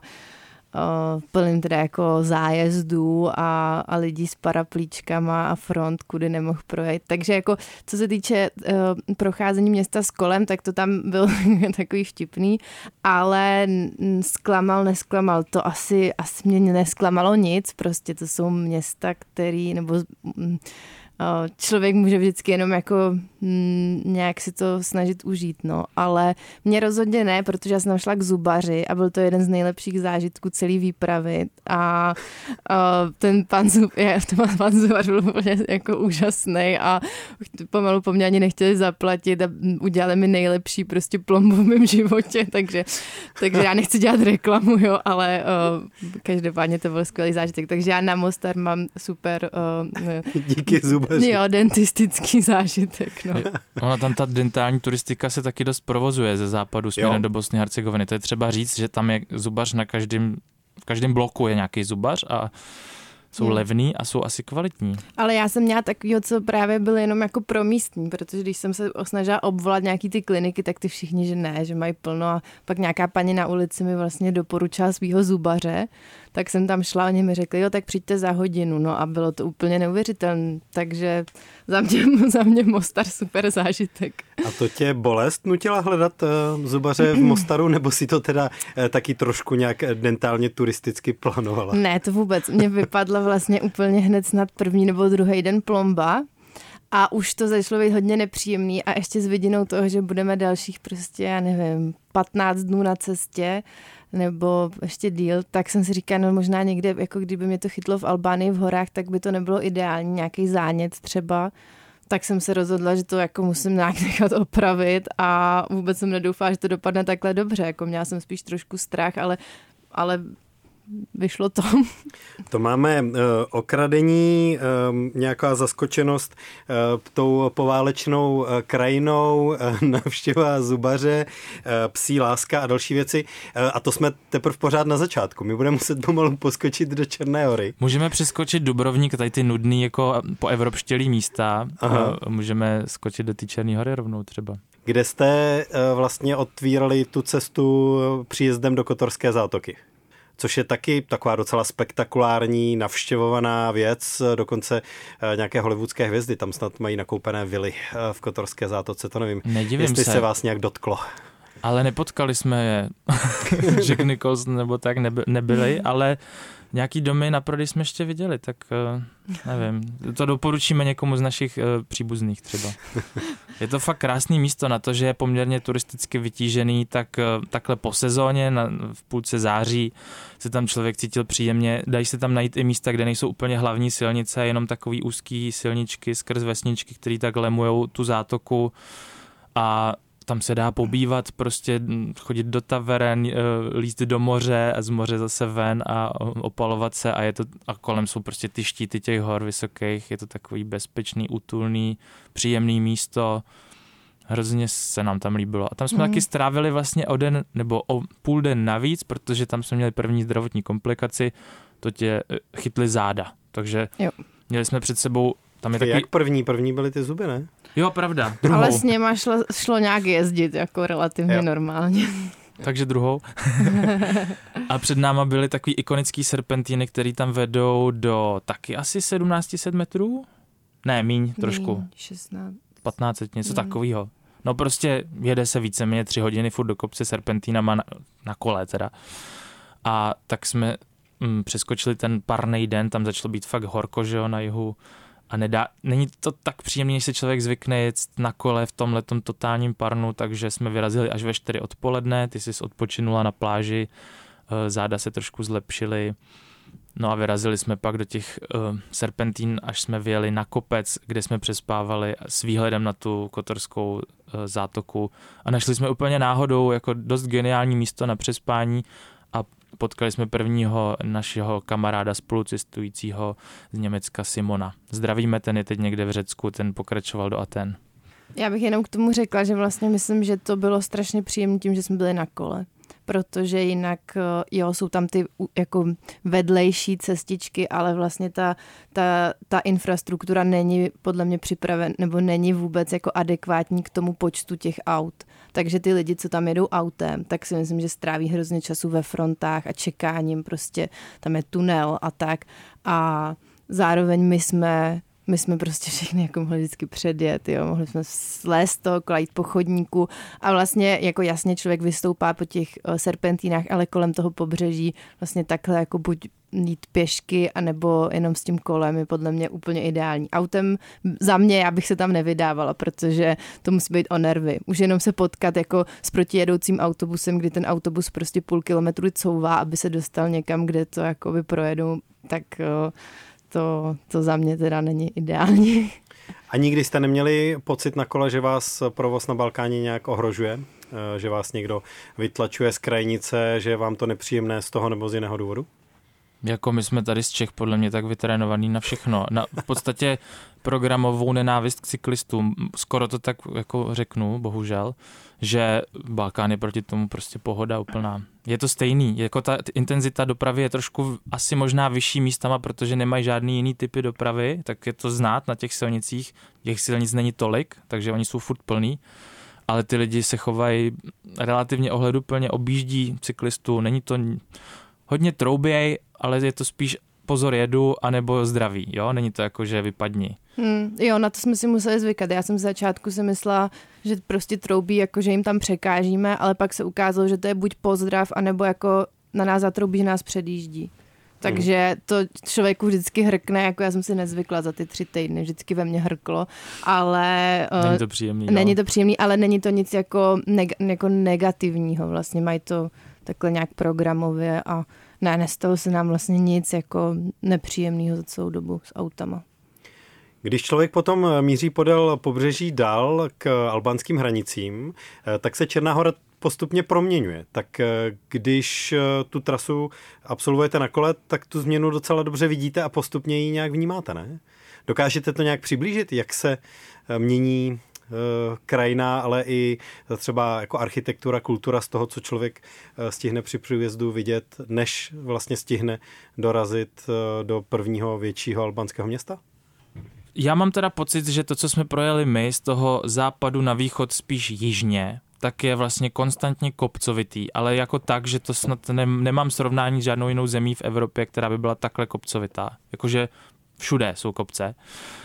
plným teda jako zájezdů a lidí s paraplíčkama a front, kudy nemohl projet. Takže jako co se týče procházení města s kolem, tak to tam byl takový vtipný, ale nesklamal, to asi mě nesklamalo nic, prostě to jsou města, nebo člověk může vždycky jenom jako nějak si to snažit užít, no, ale mě rozhodně ne, protože já jsem šla k zubaři a byl to jeden z nejlepších zážitků celé výpravy a ten pan zubař byl úplně jako úžasný a pomalu po mně ani nechtěli zaplatit a udělali mi nejlepší prostě plombu v mém životě, takže já nechci dělat reklamu, jo, ale každopádně to byl skvělý zážitek, takže já na Mostar mám super díky zubaři. Jo, dentistický zážitek, no. Ona tam ta dentální turistika se taky dost provozuje ze západu směrem do Bosny a Hercegoviny. To je třeba říct, že tam je zubař v každém bloku je nějaký zubař a jsou levný a jsou asi kvalitní. Ale já jsem měla takovýho, co právě byl jenom jako pro místní, protože když jsem se snažila obvolat nějaký ty kliniky, tak ty všichni, že ne, že mají plno a pak nějaká paní na ulici mi vlastně doporučila svýho zubaře, tak jsem tam šla, oni mi řekli, jo, tak přijďte za hodinu, no a bylo to úplně neuvěřitelné, takže za mě Mostar super zážitek. A to tě bolest nutila hledat zubaře v Mostaru, nebo si to teda taky trošku nějak dentálně turisticky plánovala? Ne, to vůbec. Mě vypadla vlastně úplně hned snad první nebo druhý den plomba a už to začalo být hodně nepříjemný a ještě s vidinou toho, že budeme dalších prostě, já nevím, 15 dnů na cestě nebo ještě díl, tak jsem si říkala, no možná někde, jako kdyby mě to chytlo v Albánii v horách, tak by to nebylo ideální, nějaký zánět třeba. Tak jsem se rozhodla, že to jako musím nějak nechat opravit a vůbec jsem nedoufala, že to dopadne takhle dobře. Jako měla jsem spíš trošku strach, ale vyšlo to. To máme okradení, nějaká zaskočenost tou poválečnou krajinou, návštěva zubaře, psí láska a další věci. A to jsme teprve pořád na začátku. My budeme muset pomalu poskočit do Černé Hory. Můžeme přeskočit Dubrovník, tady ty nudný jako poevropštělý místa. Můžeme skočit do té Černé Hory rovnou třeba. Kde jste vlastně otvírali tu cestu příjezdem do Kotorské zátoky? Což je taky taková docela spektakulární, navštěvovaná věc, dokonce nějaké hollywoodské hvězdy tam snad mají nakoupené vily v Kotorské zátoce, to nevím, jestli se vás nějak dotklo. Ale nepotkali jsme je, Jack Nicholson nebo tak nebyli, ale nějaký domy na prodej jsme ještě viděli, tak nevím, to doporučíme někomu z našich příbuzných třeba. Je to fakt krásný místo na to, že je poměrně turisticky vytížený, tak takhle po sezóně, v půlce září se tam člověk cítil příjemně. Dají se tam najít i místa, kde nejsou úplně hlavní silnice, jenom takový úzký silničky skrz vesničky, které tak lemujou tu zátoku a tam se dá pobývat, prostě chodit do taveren, líst do moře a z moře zase ven a opalovat se a kolem jsou prostě ty štíty těch hor vysokých, je to takový bezpečný, útulný, příjemný místo, hrozně se nám tam líbilo. A tam jsme taky strávili vlastně o den nebo o půl den navíc, protože tam jsme měli první zdravotní komplikaci, to tě chytly záda, takže měli jsme před sebou tam je takový... Jak první byly ty zuby, ne? Jo, pravda. Druhou. Ale s něma šlo nějak jezdit, jako relativně normálně. Takže druhou. A před náma byly takový ikonický serpentíny, který tam vedou do taky asi 1700 metrů? Ne, míň trošku. 16. 15, něco takového. No prostě jede se víceméně 3 hodiny furt do kopce serpentínama na kole teda. A tak jsme přeskočili ten parnej den, tam začalo být fakt horko, že jo, na jihu. A není to tak příjemný, než se člověk zvykne jet na kole v tomhletom totálním parnu, takže jsme vyrazili až ve 4 odpoledne, ty jsi odpočinula na pláži, záda se trošku zlepšily, no a vyrazili jsme pak do těch serpentín, až jsme vyjeli na kopec, kde jsme přespávali s výhledem na tu Kotorskou zátoku a našli jsme úplně náhodou jako dost geniální místo na přespání a potkali jsme prvního našeho kamaráda spolucestujícího z Německa, Simona. Zdravíme, ten je teď někde v Řecku, ten pokračoval do Aten. Já bych jenom k tomu řekla, že vlastně myslím, že to bylo strašně příjemné tím, že jsme byli na kole. Protože jinak, jsou tam ty jako vedlejší cestičky, ale vlastně ta infrastruktura není podle mě připraven, nebo není vůbec jako adekvátní k tomu počtu těch aut. Takže ty lidi, co tam jedou autem, tak si myslím, že stráví hrozně času ve frontách a čekáním, prostě tam je tunel a tak. A zároveň my jsme prostě všechny jako mohli vždycky předjet, jo, mohli jsme slézt to, jít po chodníku a vlastně jako jasně člověk vystoupá po těch serpentínách, ale kolem toho pobřeží vlastně takhle jako buď jít pěšky, anebo jenom s tím kolem je podle mě úplně ideální. Autem za mě, já bych se tam nevydávala, protože to musí být o nervy. Už jenom se potkat jako s protijedoucím autobusem, kdy ten autobus prostě půl kilometru couvá, aby se dostal někam, kde to jakoby projedou, tak to za mě teda není ideální. A nikdy jste neměli pocit na kole, že vás provoz na Balkáně nějak ohrožuje? Že vás někdo vytlačuje z krajnice, že je vám to nepříjemné z toho nebo z jiného důvodu? Jako my jsme tady z Čech podle mě tak vytrénovaný na všechno. V podstatě programovou nenávist k cyklistům. Skoro to tak jako řeknu, bohužel, že Balkán je proti tomu prostě pohoda úplná. Je to stejný, jako ta intenzita dopravy je trošku asi možná vyšší místama, protože nemají žádný jiný typy dopravy, tak je to znát na těch silnicích. Těch silnic není tolik, takže oni jsou furt plný. Ale ty lidi se chovají relativně ohleduplně, objíždí cyklistů, není to hodně trouběj, ale je to spíš pozor jedu, anebo zdraví, jo, není to jako, že vypadni. Jo, na to jsme si museli zvykat. Já jsem z začátku si myslela, že prostě troubí, jako že jim tam překážíme, ale pak se ukázalo, že to je buď pozdrav, anebo jako na nás zatroubí, že nás předjíždí. Takže to člověku vždycky hrkne, jako já jsem si nezvykla za ty 3 týdny, vždycky ve mně hrklo, ale... Není to příjemný. Není to příjemný, ale není to nic jako negativního, vlastně mají to takhle nějak programově a nestalo se nám vlastně nic jako nepříjemného za celou dobu s autama. Když člověk potom míří podél pobřeží dál k albánským hranicím, tak se Černá Hora postupně proměňuje. Tak když tu trasu absolvujete na kole, tak tu změnu docela dobře vidíte a postupně ji nějak vnímáte, ne? Dokážete to nějak přiblížit, jak se mění krajina, ale i třeba jako architektura, kultura z toho, co člověk stihne při průjezdu vidět, než vlastně stihne dorazit do prvního většího albánského města? Já mám teda pocit, že to, co jsme projeli my z toho západu na východ spíš jižně, tak je vlastně konstantně kopcovitý, ale jako tak, že to snad nemám srovnání s žádnou jinou zemí v Evropě, která by byla takhle kopcovitá. Jakože všude jsou kopce.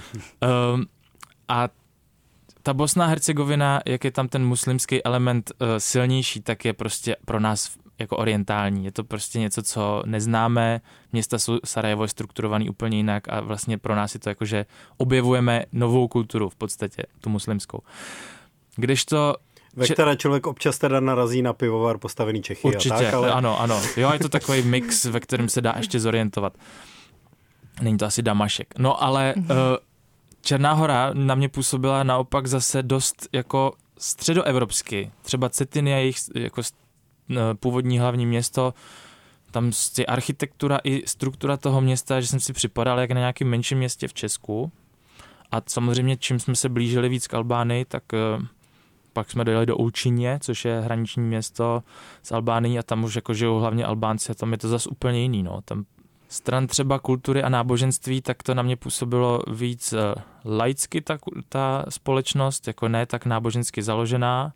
A ta Bosna a Hercegovina, jak je tam ten muslimský element silnější, tak je prostě pro nás jako orientální. Je to prostě něco, co neznáme. Města jsou Sarajevo je strukturovaný úplně jinak a vlastně pro nás je to jako, že objevujeme novou kulturu v podstatě, tu muslimskou. Kdežto ve které člověk občas teda narazí na pivovar postavený Čechy. Určitě, a tak, ale... ano. Jo, je to takový mix, ve kterém se dá ještě zorientovat. Není to asi Damašek. No ale Černá Hora na mě působila naopak zase dost jako středoevropsky. Třeba Cetin je jejich jako původní hlavní město, tam je architektura i struktura toho města, že jsem si připadal jak na nějakém menším městě v Česku. A samozřejmě, čím jsme se blížili víc k Albánii, tak pak jsme dojeli do Ulčinje, což je hraniční město s Albánií a tam už jako žijou hlavně Albánci a tam je to zase úplně jiný. No. Tam stran třeba kultury a náboženství, tak to na mě působilo víc laicky ta společnost, jako ne tak nábožensky založená,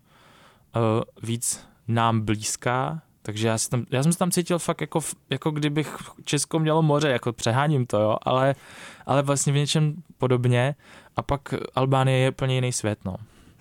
víc nám blízká, takže já jsem se tam cítil fakt jako kdybych Česko mělo moře, jako přeháním to, jo, ale vlastně v něčem podobně a pak Albánie je úplně jiný svět, no.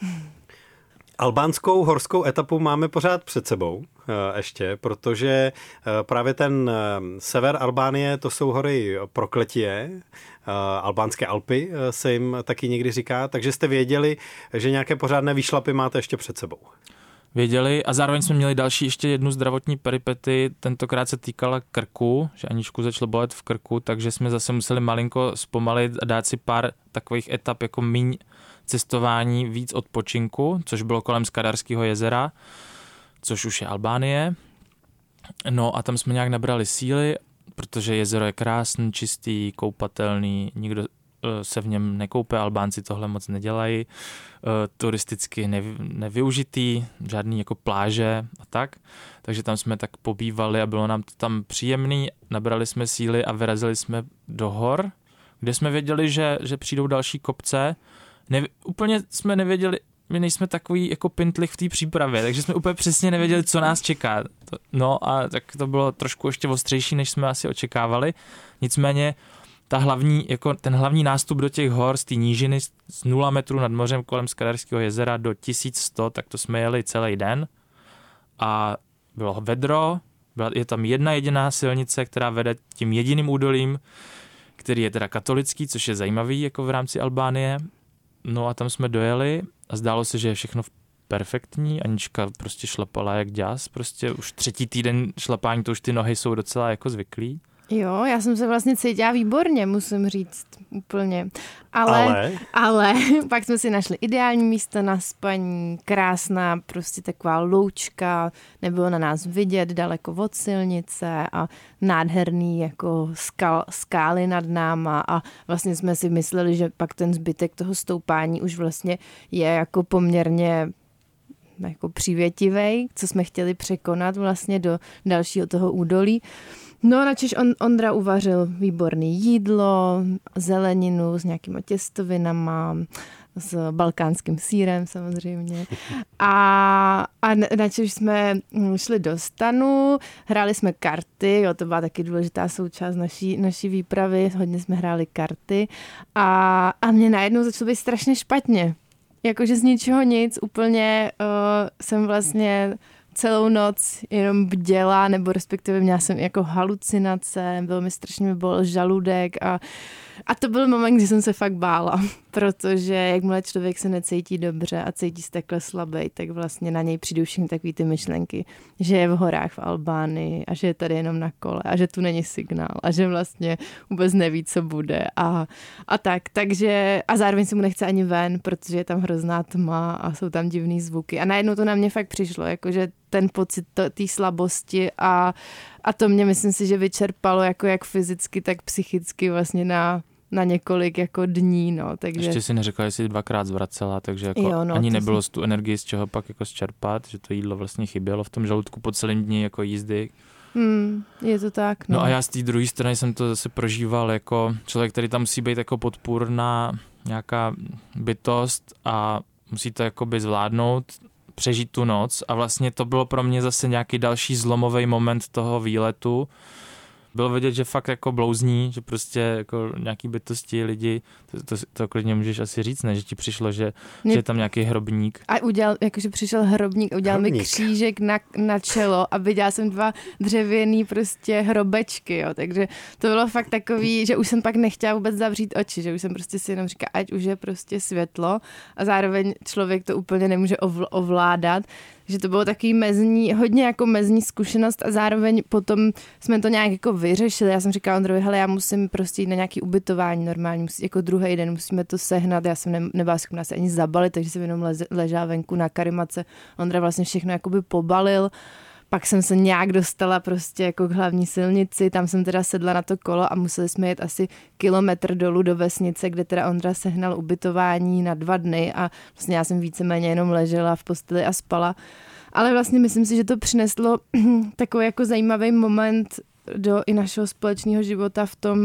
Albánskou horskou etapu máme pořád před sebou ještě, protože právě ten sever Albánie, to jsou hory Prokletie, albánské Alpy se jim taky někdy říká, takže jste věděli, že nějaké pořádné výšlapy máte ještě před sebou. Věděli a zároveň jsme měli další ještě jednu zdravotní peripety, tentokrát se týkala krku, že Aničku začalo bolet v krku, takže jsme zase museli malinko zpomalit a dát si pár takových etap jako míň cestování, víc odpočinku, což bylo kolem Skadarského jezera, což už je Albánie. No a tam jsme nějak nabrali síly, protože jezero je krásný, čistý, koupatelný, nikdo se v něm nekoupe, Albánci tohle moc nedělají, turisticky nevyužitý, žádný jako pláže a tak, takže tam jsme tak pobývali a bylo nám to tam příjemný, nabrali jsme síly a vyrazili jsme do hor, kde jsme věděli, že přijdou další kopce, úplně jsme nevěděli, my nejsme takový jako pintlich v té přípravě, takže jsme úplně přesně nevěděli, co nás čeká. No a tak to bylo trošku ještě ostřejší, než jsme asi očekávali, nicméně ten hlavní nástup do těch hor z té nížiny z 0 metrů nad mořem kolem Skadarského jezera do 1100, tak to jsme jeli celý den a bylo vedro, je tam jedna jediná silnice, která vede tím jediným údolím, který je teda katolický, což je zajímavý jako v rámci Albánie. No a tam jsme dojeli a zdálo se, že je všechno perfektní. Anička prostě šlapala jak děs, prostě už 3. týden šlapání, to už ty nohy jsou docela jako zvyklý. Jo, já jsem se vlastně cítila výborně, musím říct, úplně. Ale pak jsme si našli ideální místo na spaní, krásná prostě taková loučka, nebylo na nás vidět daleko od silnice a nádherný jako skály nad náma a vlastně jsme si mysleli, že pak ten zbytek toho stoupání už vlastně je jako poměrně jako přívětivej, co jsme chtěli překonat vlastně do dalšího toho údolí. No, načež Ondra uvařil výborný jídlo, zeleninu s nějakýma těstovinama, s balkánským sýrem samozřejmě. A načež jsme šli do stanu, hráli jsme karty, jo, to byla taky důležitá součást naší výpravy, hodně jsme hráli karty a mě najednou začalo být strašně špatně. Jakože z ničeho nic, úplně jsem vlastně celou noc jenom bděla, nebo respektive měla jsem jako halucinace, bylo mi strašně bolel žaludek a to byl moment, kdy jsem se fakt bála, protože jakmile člověk se necítí dobře a cítí se takhle slabý, tak vlastně na něj přijdou všechny takový ty myšlenky, že je v horách v Albánii a že je tady jenom na kole a že tu není signál a že vlastně vůbec neví, co bude a tak. Takže a zároveň se mu nechce ani ven, protože je tam hrozná tma a jsou tam divný zvuky a najednou to na mě fakt přišlo, jakože ten pocit té slabosti a to mě myslím si, že vyčerpalo jako jak fyzicky, tak psychicky vlastně na několik jako dní, no, takže... Ještě si neřekla, jestli 2krát zvracela, takže jako jo, no, ani nebylo tu energii z čeho pak jako zčerpat, že to jídlo vlastně chybělo v tom žaludku po celém dní jako jízdy. Je to tak, no. No a já z té druhé strany jsem to zase prožíval jako člověk, který tam musí být jako podpůrná nějaká bytost a musí to jakoby zvládnout, přežít tu noc a vlastně to bylo pro mě zase nějaký další zlomový moment toho výletu. Bylo vidět, že fakt jako blouzní, že prostě jako nějaký bytosti, lidi, to klidně můžeš asi říct, ne? Že ti přišlo, že je tam nějaký hrobník. A udělal, jakože přišel hrobník, udělal mi křížek na čelo a viděla jsem 2 dřevěný prostě hrobečky, jo, takže to bylo fakt takový, že už jsem pak nechtěla vůbec zavřít oči, že už jsem prostě si jenom říkala, ať už je prostě světlo a zároveň člověk to úplně nemůže ovládat, že to bylo takový hodně jako mezní zkušenost a zároveň potom jsme to nějak jako vyřešili. Já jsem říkala Ondrovi, hele, já musím prostě jít na nějaký ubytování normální, jako druhý den musíme to sehnat, já jsem nebyla schopná se ani zabalit, takže jsem jenom ležela venku na karimace. Ondra vlastně všechno jakoby pobalil. Pak jsem se nějak dostala prostě jako k hlavní silnici, tam jsem teda sedla na to kolo a museli jsme jet asi kilometr dolů do vesnice, kde teda Ondra sehnal ubytování na 2 dny a vlastně já jsem víceméně jenom ležela v posteli a spala. Ale vlastně myslím si, že to přineslo takový jako zajímavý moment do i našeho společného života v tom,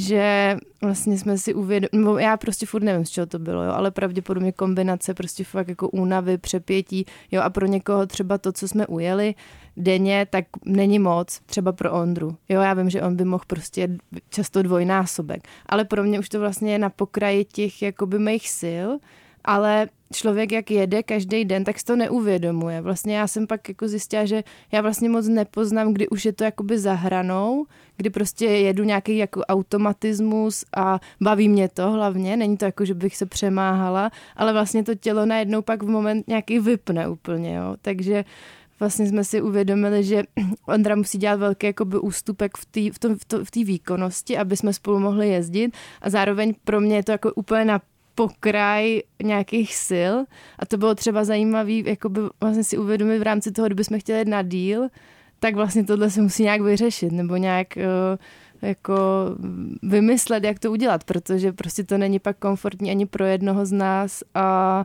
že vlastně jsme si uvědomili, já prostě furt nevím, z čeho to bylo, jo, ale pravděpodobně kombinace prostě fakt jako únavy, přepětí, jo, a pro někoho třeba to, co jsme ujeli denně, tak není moc, třeba pro Ondru. Jo, já vím, že on by mohl prostě často 2násobek, ale pro mě už to vlastně je na pokraji těch jakoby mých sil, ale člověk, jak jede každý den, tak si to neuvědomuje. Vlastně já jsem pak jako zjistila, že já vlastně moc nepoznám, kdy už je to jakoby za hranou, kdy prostě jedu nějaký jako automatismus a baví mě to hlavně. Není to jako, že bych se přemáhala, ale vlastně to tělo najednou pak v moment nějaký vypne úplně, jo. Takže vlastně jsme si uvědomili, že Ondra musí dělat velký jakoby ústupek v té výkonnosti, aby jsme spolu mohli jezdit a zároveň pro mě je to jako úplně na pokraj nějakých sil a to bylo třeba zajímavý jakoby vlastně si uvědomit v rámci toho, kdybychom chtěli jít na díl, tak vlastně tohle se musí nějak vyřešit nebo nějak jako vymyslet, jak to udělat, protože prostě to není pak komfortní ani pro jednoho z nás a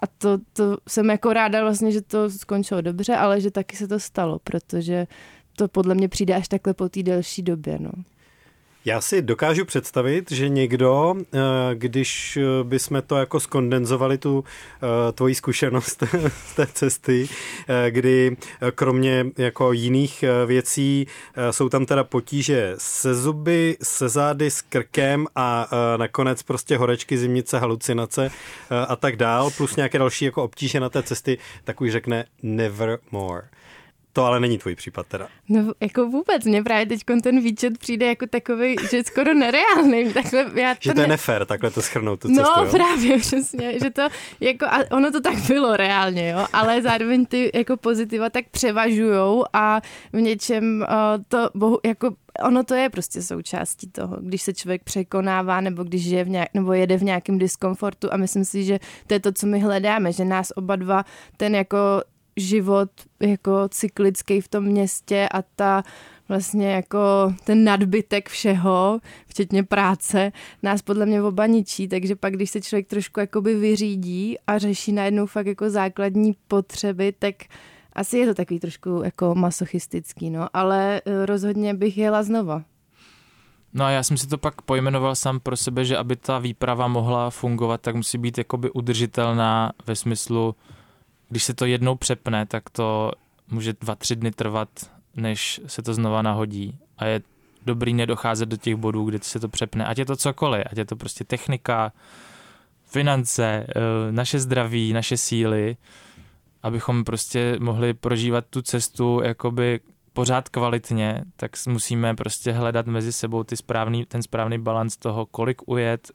to jsem jako ráda vlastně, že to skončilo dobře, ale že taky se to stalo, protože to podle mě přijde až takhle po té delší době, no. Já si dokážu představit, že někdo, když bychom to jako skondenzovali tu tvoji zkušenost z té cesty, kdy kromě jako jiných věcí jsou tam teda potíže se zuby, se zády, s krkem a nakonec prostě horečky, zimnice, halucinace a tak dál, plus nějaké další jako obtíže na té cesty, tak už řekne nevermore. To ale není tvůj případ teda. No jako vůbec, mně právě teď ten výčet přijde jako takový, že skoro nereálný. Takhle, že to je nefér, takhle to shrnout tu cestu, no, jo? Právě, přesně, že to jako, a ono to tak bylo reálně, jo, ale zároveň ty jako pozitiva tak převažujou a v něčem to jako ono to je prostě součástí toho, když se člověk překonává nebo když nebo jede v nějakém diskomfortu a myslím si, že to je to, co my hledáme, že nás oba dva ten jako život jako cyklický v tom městě a ta vlastně jako ten nadbytek všeho, včetně práce, nás podle mě oba ničí, takže pak, když se člověk trošku jakoby vyřídí a řeší najednou fakt jako základní potřeby, tak asi je to takový trošku jako masochistický, no, ale rozhodně bych jela znova. No a já jsem si to pak pojmenoval sám pro sebe, že aby ta výprava mohla fungovat, tak musí být jakoby udržitelná ve smyslu, když se to jednou přepne, tak to může 2-3 dny trvat, než se to znova nahodí. A je dobrý nedocházet do těch bodů, kde se to přepne. Ať je to cokoliv, ať je to prostě technika, finance, naše zdraví, naše síly, abychom prostě mohli prožívat tu cestu jakoby pořád kvalitně, tak musíme prostě hledat mezi sebou ten správný balans toho, kolik ujet,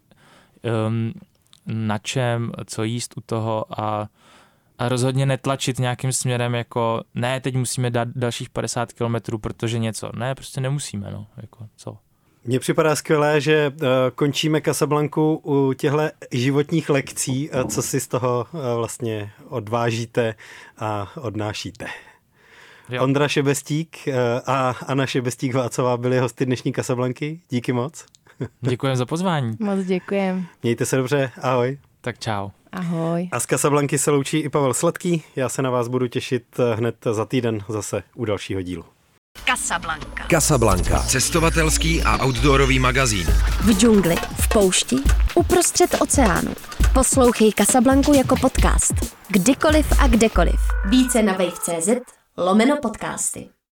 na čem, co jíst u toho a rozhodně netlačit nějakým směrem jako ne, teď musíme dát dalších 50 kilometrů, protože něco. Ne, prostě nemusíme, no, jako co. Mně připadá skvělé, že končíme Casablanku u těchto životních lekcí, co si z toho vlastně odvážíte a odnášíte. Jo. Ondra Šebestík a Anna Šebestík-Vácová byli hosty dnešní Casablanky. Díky moc. Děkujem za pozvání. Moc děkujem. Mějte se dobře, ahoj. Tak čau. Ahoj. A z Casablanky se loučí i Pavel Sladký. Já se na vás budu těšit hned za týden zase u dalšího dílu. Casablanca. Cestovatelský a outdoorový magazín. V džungli, v poušti, uprostřed oceánu. Poslouchej Casablanku jako podcast. Kdykoliv a kdekoliv. Více na wave.cz/podcasty.